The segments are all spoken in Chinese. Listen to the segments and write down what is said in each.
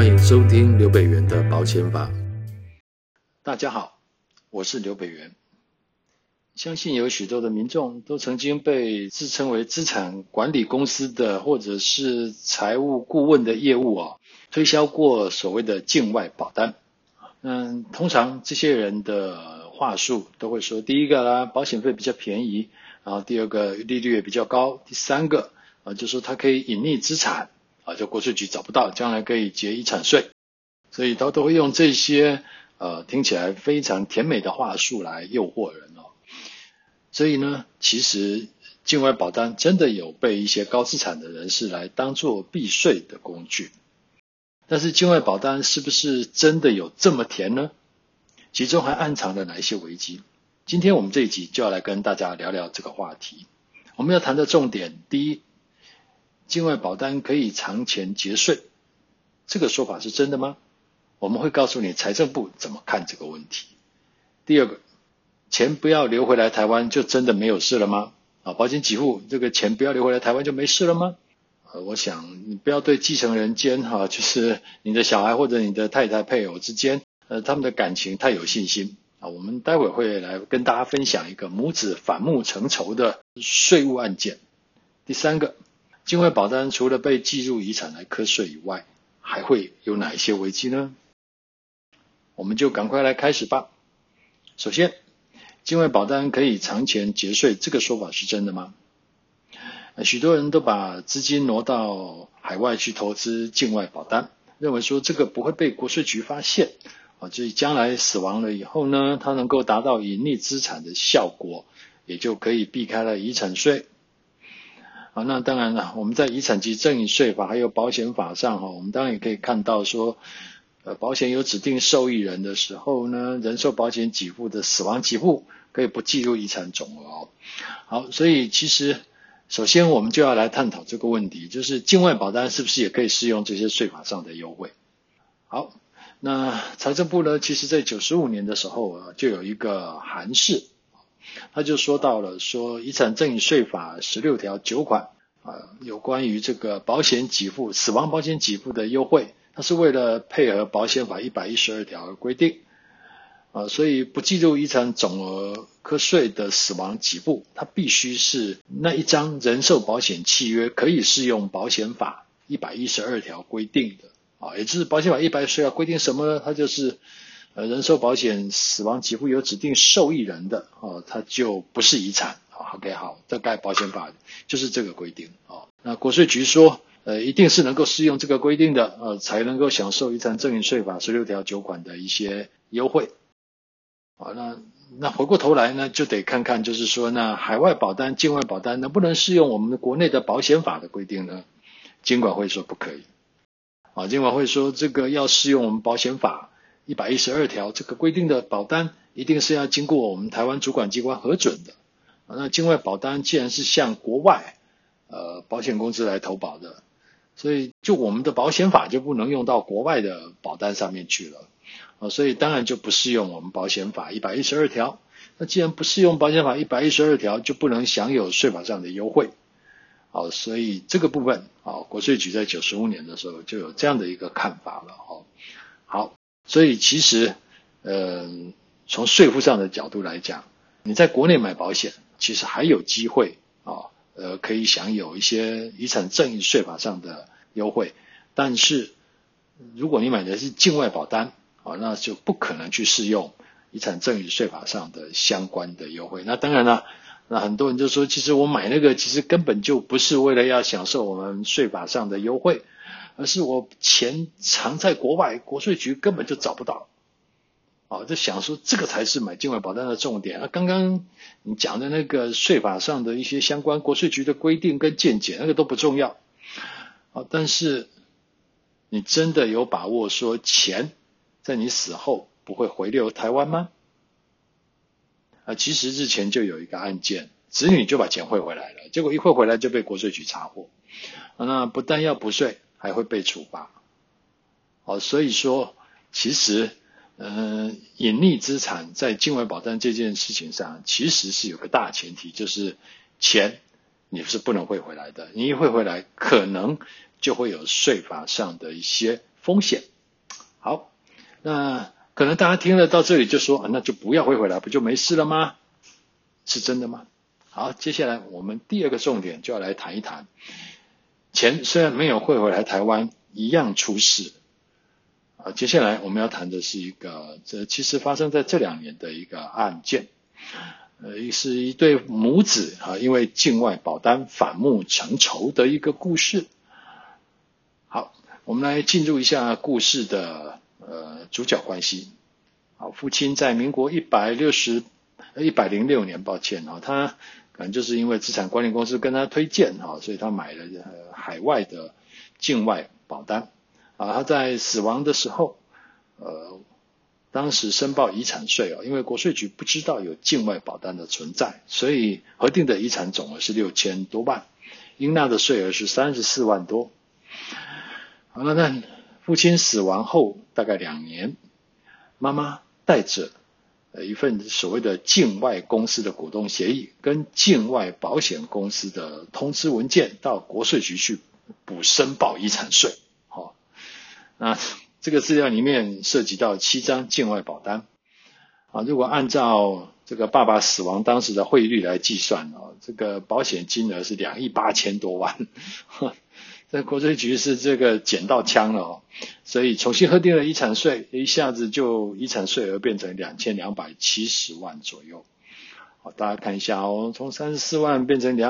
欢迎收听刘北元的保险法。 大家好，我是刘北元。相信有许多的民众都曾经被自称为资产管理公司的或者是财务顾问的业务推销过所谓的境外保单。通常这些人的话术都会说，第一个啦，保险费比较便宜，然后第二个利率也比较高，第三个就说它可以隐匿资产就国税局找不到，将来可以节遗产税，所以他都会用这些听起来非常甜美的话术来诱惑人所以呢，其实境外保单真的有被一些高资产的人士来当作避税的工具。但是境外保单是不是真的有这么甜呢？其中还暗藏了哪一些危机？今天我们这一集就要来跟大家聊聊这个话题。我们要谈的重点，第一，境外保单可以藏钱节税，这个说法是真的吗？我们会告诉你财政部怎么看这个问题。第二个，钱不要流回来台湾就真的没有事了吗？保险给付这个钱不要流回来台湾就没事了吗？我想你不要对继承人间就是你的小孩或者你的太太配偶之间他们的感情太有信心我们待会会来跟大家分享一个母子反目成仇的税务案件。第三个，境外保单除了被计入遗产来课税以外，还会有哪一些危机呢？我们就赶快来开始吧。首先，境外保单可以藏钱节税，这个说法是真的吗？许多人都把资金挪到海外去投资境外保单，认为说这个不会被国税局发现所以将来死亡了以后呢，它能够达到隐匿资产的效果，也就可以避开了遗产税那当然了，我们在遗产及赠与税法还有保险法上我们当然也可以看到说保险有指定受益人的时候呢，人寿保险给付的死亡给付可以不计入遗产总额好，所以其实首先我们就要来探讨这个问题，就是境外保单是不是也可以适用这些税法上的优惠。好，那财政部呢，其实在95年的时候就有一个函释，他就说到了说遗产赠与税法16条9款有关于这个保险给付死亡保险给付的优惠，它是为了配合保险法112条而规定所以不计入遗产总额课税的死亡给付，它必须是那一张人寿保险契约可以适用保险法112条规定的也就是保险法112条规定什么呢？它就是人寿保险死亡给付有指定受益人的它就不是遗产OK 好，大概保险法就是这个规定那国税局说一定是能够适用这个规定的才能够享受遗产赠与税法16条9款的一些优惠那回过头来呢，就得看看就是说那海外保单境外保单能不能适用我们国内的保险法的规定呢？金管会说不可以金管会说这个要适用我们保险法112条这个规定的保单一定是要经过我们台湾主管机关核准的那境外保单既然是向国外保险公司来投保的，所以就我们的保险法就不能用到国外的保单上面去了所以当然就不适用我们保险法112条。那既然不适用保险法112条，就不能享有税法上的优惠所以这个部分国税局在95年的时候就有这样的一个看法了好，所以其实从税负上的角度来讲，你在国内买保险其实还有机会可以享有一些遗产赠与税法上的优惠，但是如果你买的是境外保单那就不可能去适用遗产赠与税法上的相关的优惠。那当然了，那很多人就说其实我买那个其实根本就不是为了要享受我们税法上的优惠，而是我钱藏在国外，国税局根本就找不到就想说这个才是买境外保单的重点刚刚你讲的那个税法上的一些相关国税局的规定跟见解那个都不重要但是你真的有把握说钱在你死后不会回流台湾吗？其实之前就有一个案件，子女就把钱汇回来了，结果一汇回来就被国税局查获那不但要补税还会被处罚所以说其实隐匿资产在境外保单这件事情上其实是有个大前提，就是钱你是不能汇回来的，你一汇回来可能就会有税法上的一些风险好，那可能大家听了到这里就说，那就不要汇回来，不就没事了吗？是真的吗？好，接下来我们第二个重点就要来谈一谈，钱虽然没有汇回来台湾，一样出事。接下来我们要谈的是一个，这其实发生在这2年的一个案件，是一对母子因为境外保单反目成仇的一个故事。好，我们来进入一下故事的主角关系。好，父亲在民国106年，他可能就是因为资产管理公司跟他推荐所以他买了海外的境外保单。他在死亡的时候当时申报遗产税因为国税局不知道有境外保单的存在，所以核定的遗产总额是6000多万，应纳的税额是34万多。好了，那父亲死亡后大概2年，妈妈带着一份所谓的境外公司的股东协议跟境外保险公司的通知文件到国税局去补申报遗产税。那这个资料里面涉及到7张境外保单如果按照这个爸爸死亡当时的汇率来计算这个保险金额是2亿8千多万这国税局是这个捡到枪了所以重新核定了遗产税，一下子就遗产税额变成2270万左右。好，大家看一下从34万变成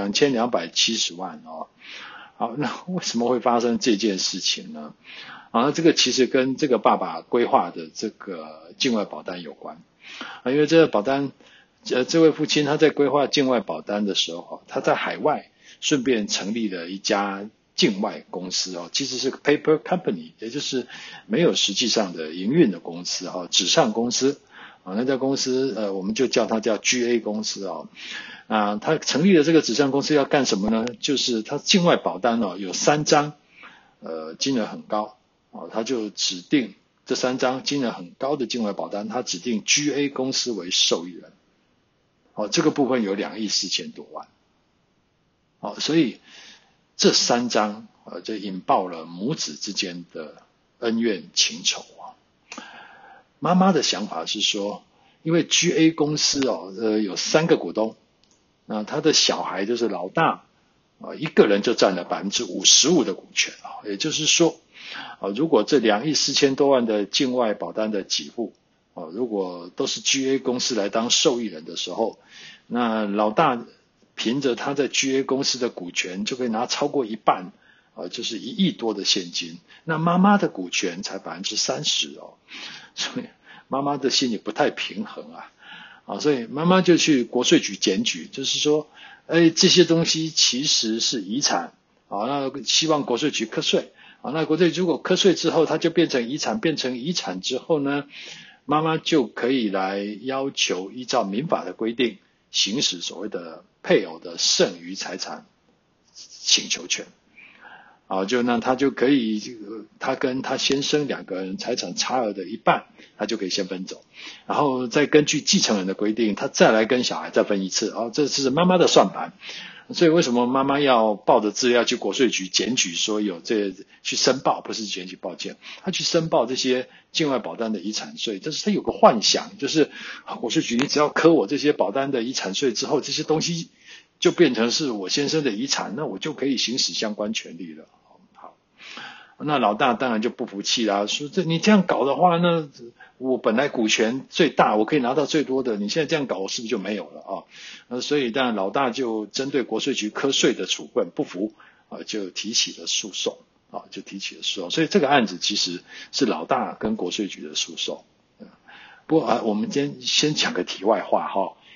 2270万好，那为什么会发生这件事情呢？那这个其实跟这个爸爸规划的这个境外保单有关因为这个保单这位父亲他在规划境外保单的时候他在海外顺便成立了一家境外公司其实是个 paper company， 也就是没有实际上的营运的公司纸上公司那家公司我们就叫它叫 GA 公司他成立的这个纸上公司要干什么呢？就是他境外保单有3张金额很高他就指定这3张金额很高的境外保单，他指定 GA 公司为受益人这个部分有2亿4千多万所以这3张就引爆了母子之间的恩怨情仇妈妈的想法是说，因为 GA 公司有3个股东，那他的小孩就是老大一个人就占了55%的股权也就是说如果这2亿4千多万的境外保单的给付如果都是 GA 公司来当受益人的时候，那老大凭着他在 GA 公司的股权就可以拿超过一半就是1亿多的现金，那妈妈的股权才30%所以妈妈的心里不太平衡所以妈妈就去国税局检举，就是说这些东西其实是遗产那希望国税局课税那国税局如果课税之后它就变成遗产，变成遗产之后呢，妈妈就可以来要求依照民法的规定行使所谓的配偶的剩余财产请求权就那他就可以他跟他先生2个人财产差额的一半他就可以先分走，然后再根据继承人的规定他再来跟小孩再分一次这是妈妈的算盘。所以为什么妈妈要抱着资料去国税局检举说有去申报，不是检举抱歉，他去申报这些境外保单的遗产税，就是他有个幻想，就是国税局你只要科我这些保单的遗产税之后，这些东西就变成是我先生的遗产，那我就可以行使相关权利了。好，那老大当然就不服气啦，说你这样搞的话，那我本来股权最大，我可以拿到最多的，你现在这样搞，我是不是就没有了所以当然老大就针对国税局课税的处分不服就提起了诉讼所以这个案子其实是老大跟国税局的诉讼。不过我们先讲个题外话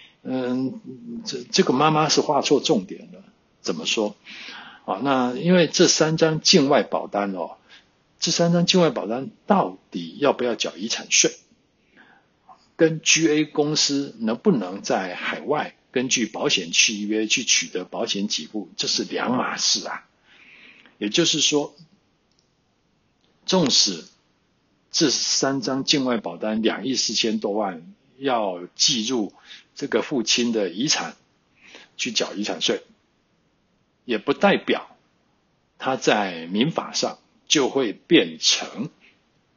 这个妈妈是画错重点了。怎么说那因为这3张境外保单这3张境外保单到底要不要缴遗产税，跟 GA 公司能不能在海外根据保险契约去取得保险给付，这是2码事也就是说，纵使这3张境外保单2亿4千多万要计入这个父亲的遗产去缴遗产税，也不代表他在民法上就会变成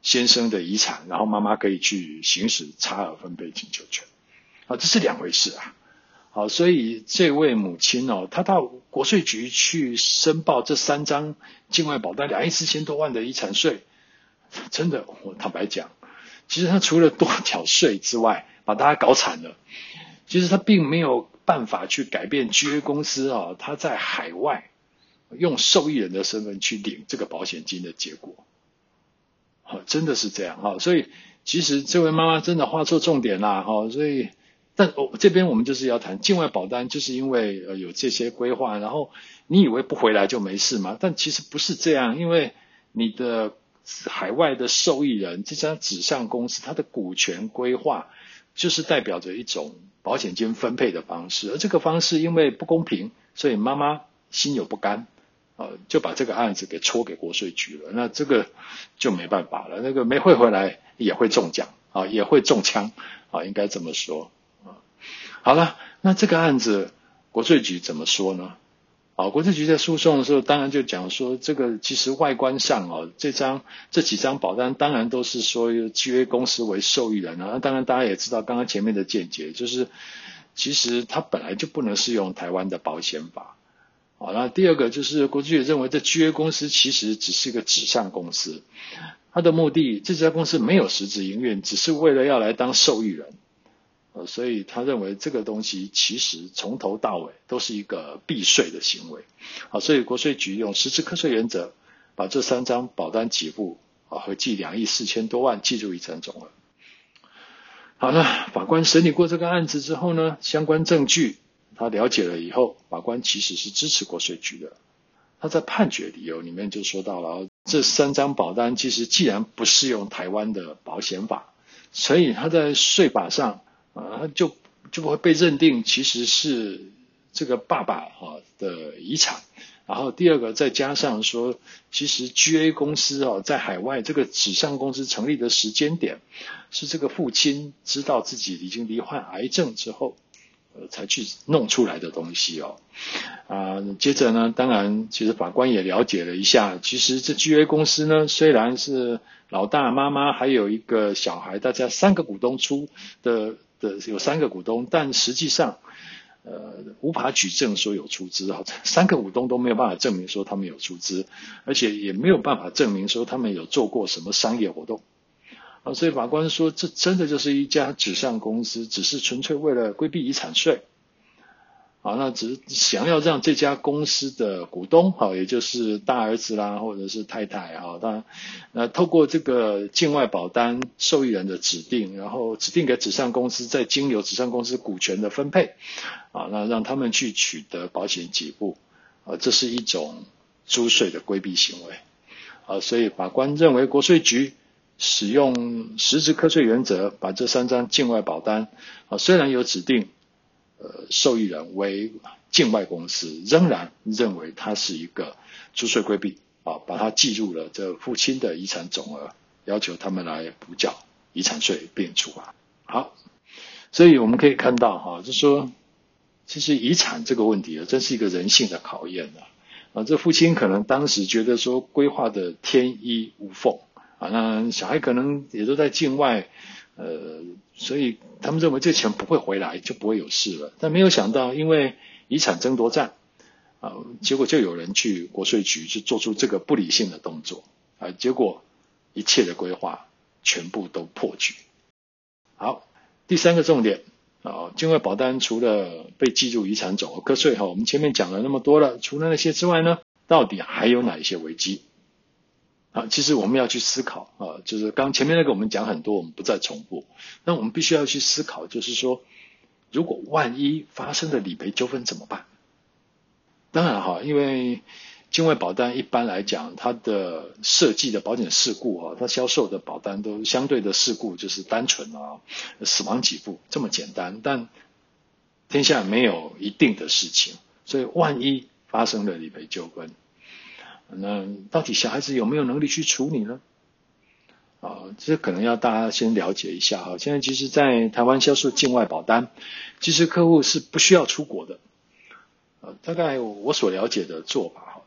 先生的遗产，然后妈妈可以去行使差额分配请求权。这是两回事啊。好，所以这位母亲她到国税局去申报这3张境外保单2亿4千多万的遗产税，真的，我坦白讲，其实他除了多缴税之外，把大家搞惨了。其实他并没有办法去改变居约公司他在海外用受益人的身份去领这个保险金的结果。真的是这样所以其实这位妈妈真的画错重点啦所以但这边我们就是要谈境外保单，就是因为有这些规划，然后你以为不回来就没事吗？但其实不是这样，因为你的海外的受益人这家纸上公司，它的股权规划就是代表着一种保险金分配的方式，而这个方式因为不公平，所以妈妈心有不甘就把这个案子给戳给国税局了。那这个就没办法了，那个没汇回来也会中奖也会中枪应该这么说好了，那这个案子国税局怎么说呢？国税局在诉讼的时候当然就讲说，这个其实外观上这几张保单当然都是说由契约公司为受益人那当然大家也知道刚刚前面的见解，就是其实它本来就不能适用台湾的保险法那第二个就是国税局认为这契约公司其实只是一个纸上公司，它的目的这家公司没有实质营运，只是为了要来当受益人所以他认为这个东西其实从头到尾都是一个避税的行为所以国税局用实质课税原则把这3张保单给付合计2亿4千多万计入遗产总额。好了，法官审理过这个案子之后呢，相关证据他了解了以后，法官其实是支持国税局的。他在判决理由里面就说到了，这3张保单其实既然不适用台湾的保险法，所以他在税法上就会被认定其实是这个爸爸的遗产。然后第二个再加上说，其实 GA 公司在海外这个纸上公司成立的时间点，是这个父亲知道自己已经罹患癌症之后才去弄出来的东西接着呢，当然其实法官也了解了一下，其实这 GA 公司呢，虽然是老大妈妈还有一个小孩，大家3个股东出的有3个股东，但实际上无法举证说有出资3个股东都没有办法证明说他们有出资，而且也没有办法证明说他们有做过什么商业活动所以法官说这真的就是一家纸上公司，只是纯粹为了规避遗产税那只是想要让这家公司的股东也就是大儿子啦或者是太太当然透过这个境外保单受益人的指定，然后指定给纸上公司，再经由纸上公司股权的分配那让他们去取得保险给付这是一种租税的规避行为所以法官认为国税局使用实质课税原则，把这3张境外保单虽然有指定受益人为境外公司，仍然认为它是一个租税规避把它计入了这父亲的遗产总额，要求他们来补缴遗产税并处罚。好，所以我们可以看到就是说其实遗产这个问题真是一个人性的考验这父亲可能当时觉得说规划的天衣无缝那小孩可能也都在境外所以他们认为这钱不会回来，就不会有事了。但没有想到因为遗产争夺战结果就有人去国税局去做出这个不理性的动作结果一切的规划全部都破局。好，第3个重点境外保单除了被计入遗产总额课税我们前面讲了那么多了，除了那些之外呢，到底还有哪一些危机其实我们要去思考就是刚前面那个我们讲很多，我们不再重复。那我们必须要去思考，就是说如果万一发生的理赔纠纷怎么办？当然因为境外保单一般来讲它的设计的保险事故它销售的保单都相对的事故就是单纯死亡给付这么简单，但天下没有一定的事情，所以万一发生了理赔纠纷，那到底小孩子有没有能力去处理呢？这可能要大家先了解一下现在其实在台湾销售境外保单，其实客户是不需要出国的大概我所了解的做法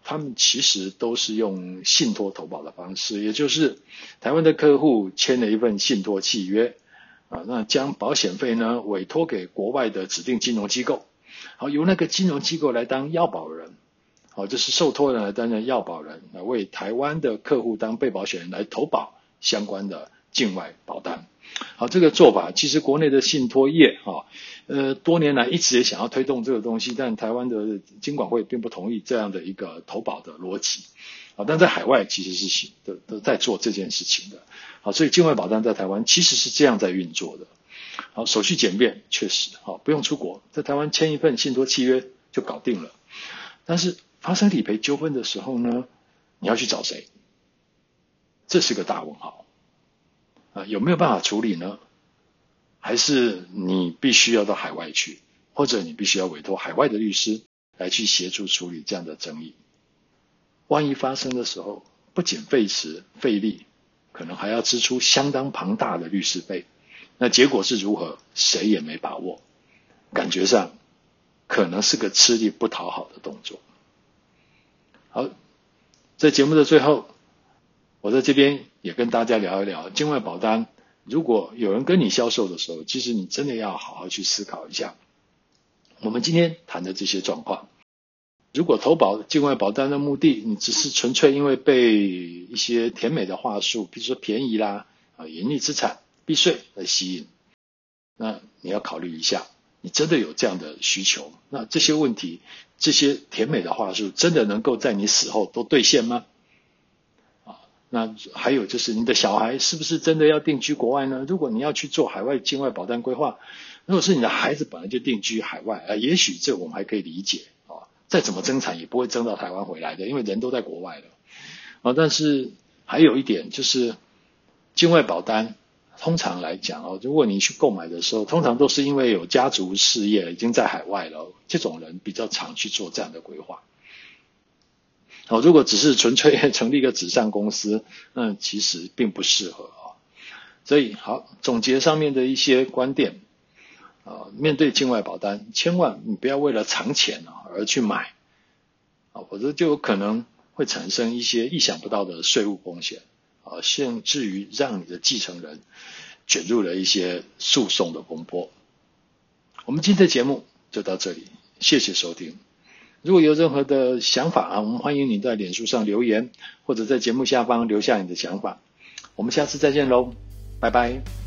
他们其实都是用信托投保的方式，也就是台湾的客户签了一份信托契约那将保险费呢委托给国外的指定金融机构，好，由那个金融机构来当要保人，好，就是受托人来担任要保人，为台湾的客户当被保险人来投保相关的境外保单。好，这个做法其实国内的信托业多年来一直也想要推动这个东西，但台湾的金管会并不同意这样的一个投保的逻辑。好，但在海外其实是都在做这件事情的。好，所以境外保单在台湾其实是这样在运作的。好，手续简便，确实好，不用出国，在台湾签一份信托契约就搞定了。但是发生理赔纠纷的时候呢，你要去找谁？这是个大问号。有没有办法处理呢？还是你必须要到海外去，或者你必须要委托海外的律师来去协助处理这样的争议？万一发生的时候，不仅费时费力，可能还要支出相当庞大的律师费。那结果是如何，谁也没把握，感觉上可能是个吃力不讨好的动作。好，在节目的最后，我在这边也跟大家聊一聊境外保单，如果有人跟你销售的时候，其实你真的要好好去思考一下我们今天谈的这些状况。如果投保境外保单的目的，你只是纯粹因为被一些甜美的话术，比如说便宜啦、盈利资产、避税而吸引，那你要考虑一下，你真的有这样的需求？那这些问题，这些甜美的话术，真的能够在你死后都兑现吗？那还有就是你的小孩是不是真的要定居国外呢？如果你要去做海外境外保单规划，如果是你的孩子本来就定居海外，也许这我们还可以理解再怎么增产也不会增到台湾回来的，因为人都在国外了但是还有一点就是境外保单通常来讲如果你去购买的时候，通常都是因为有家族事业已经在海外了，这种人比较常去做这样的规划。如果只是纯粹成立一个纸上公司，其实并不适合所以好，总结上面的一些观点面对境外保单，千万你不要为了藏钱而去买否则就有可能会产生一些意想不到的税务风险甚至于让你的继承人卷入了一些诉讼的风波。我们今天的节目就到这里，谢谢收听。如果有任何的想法我们欢迎你在脸书上留言，或者在节目下方留下你的想法。我们下次再见喽，拜拜。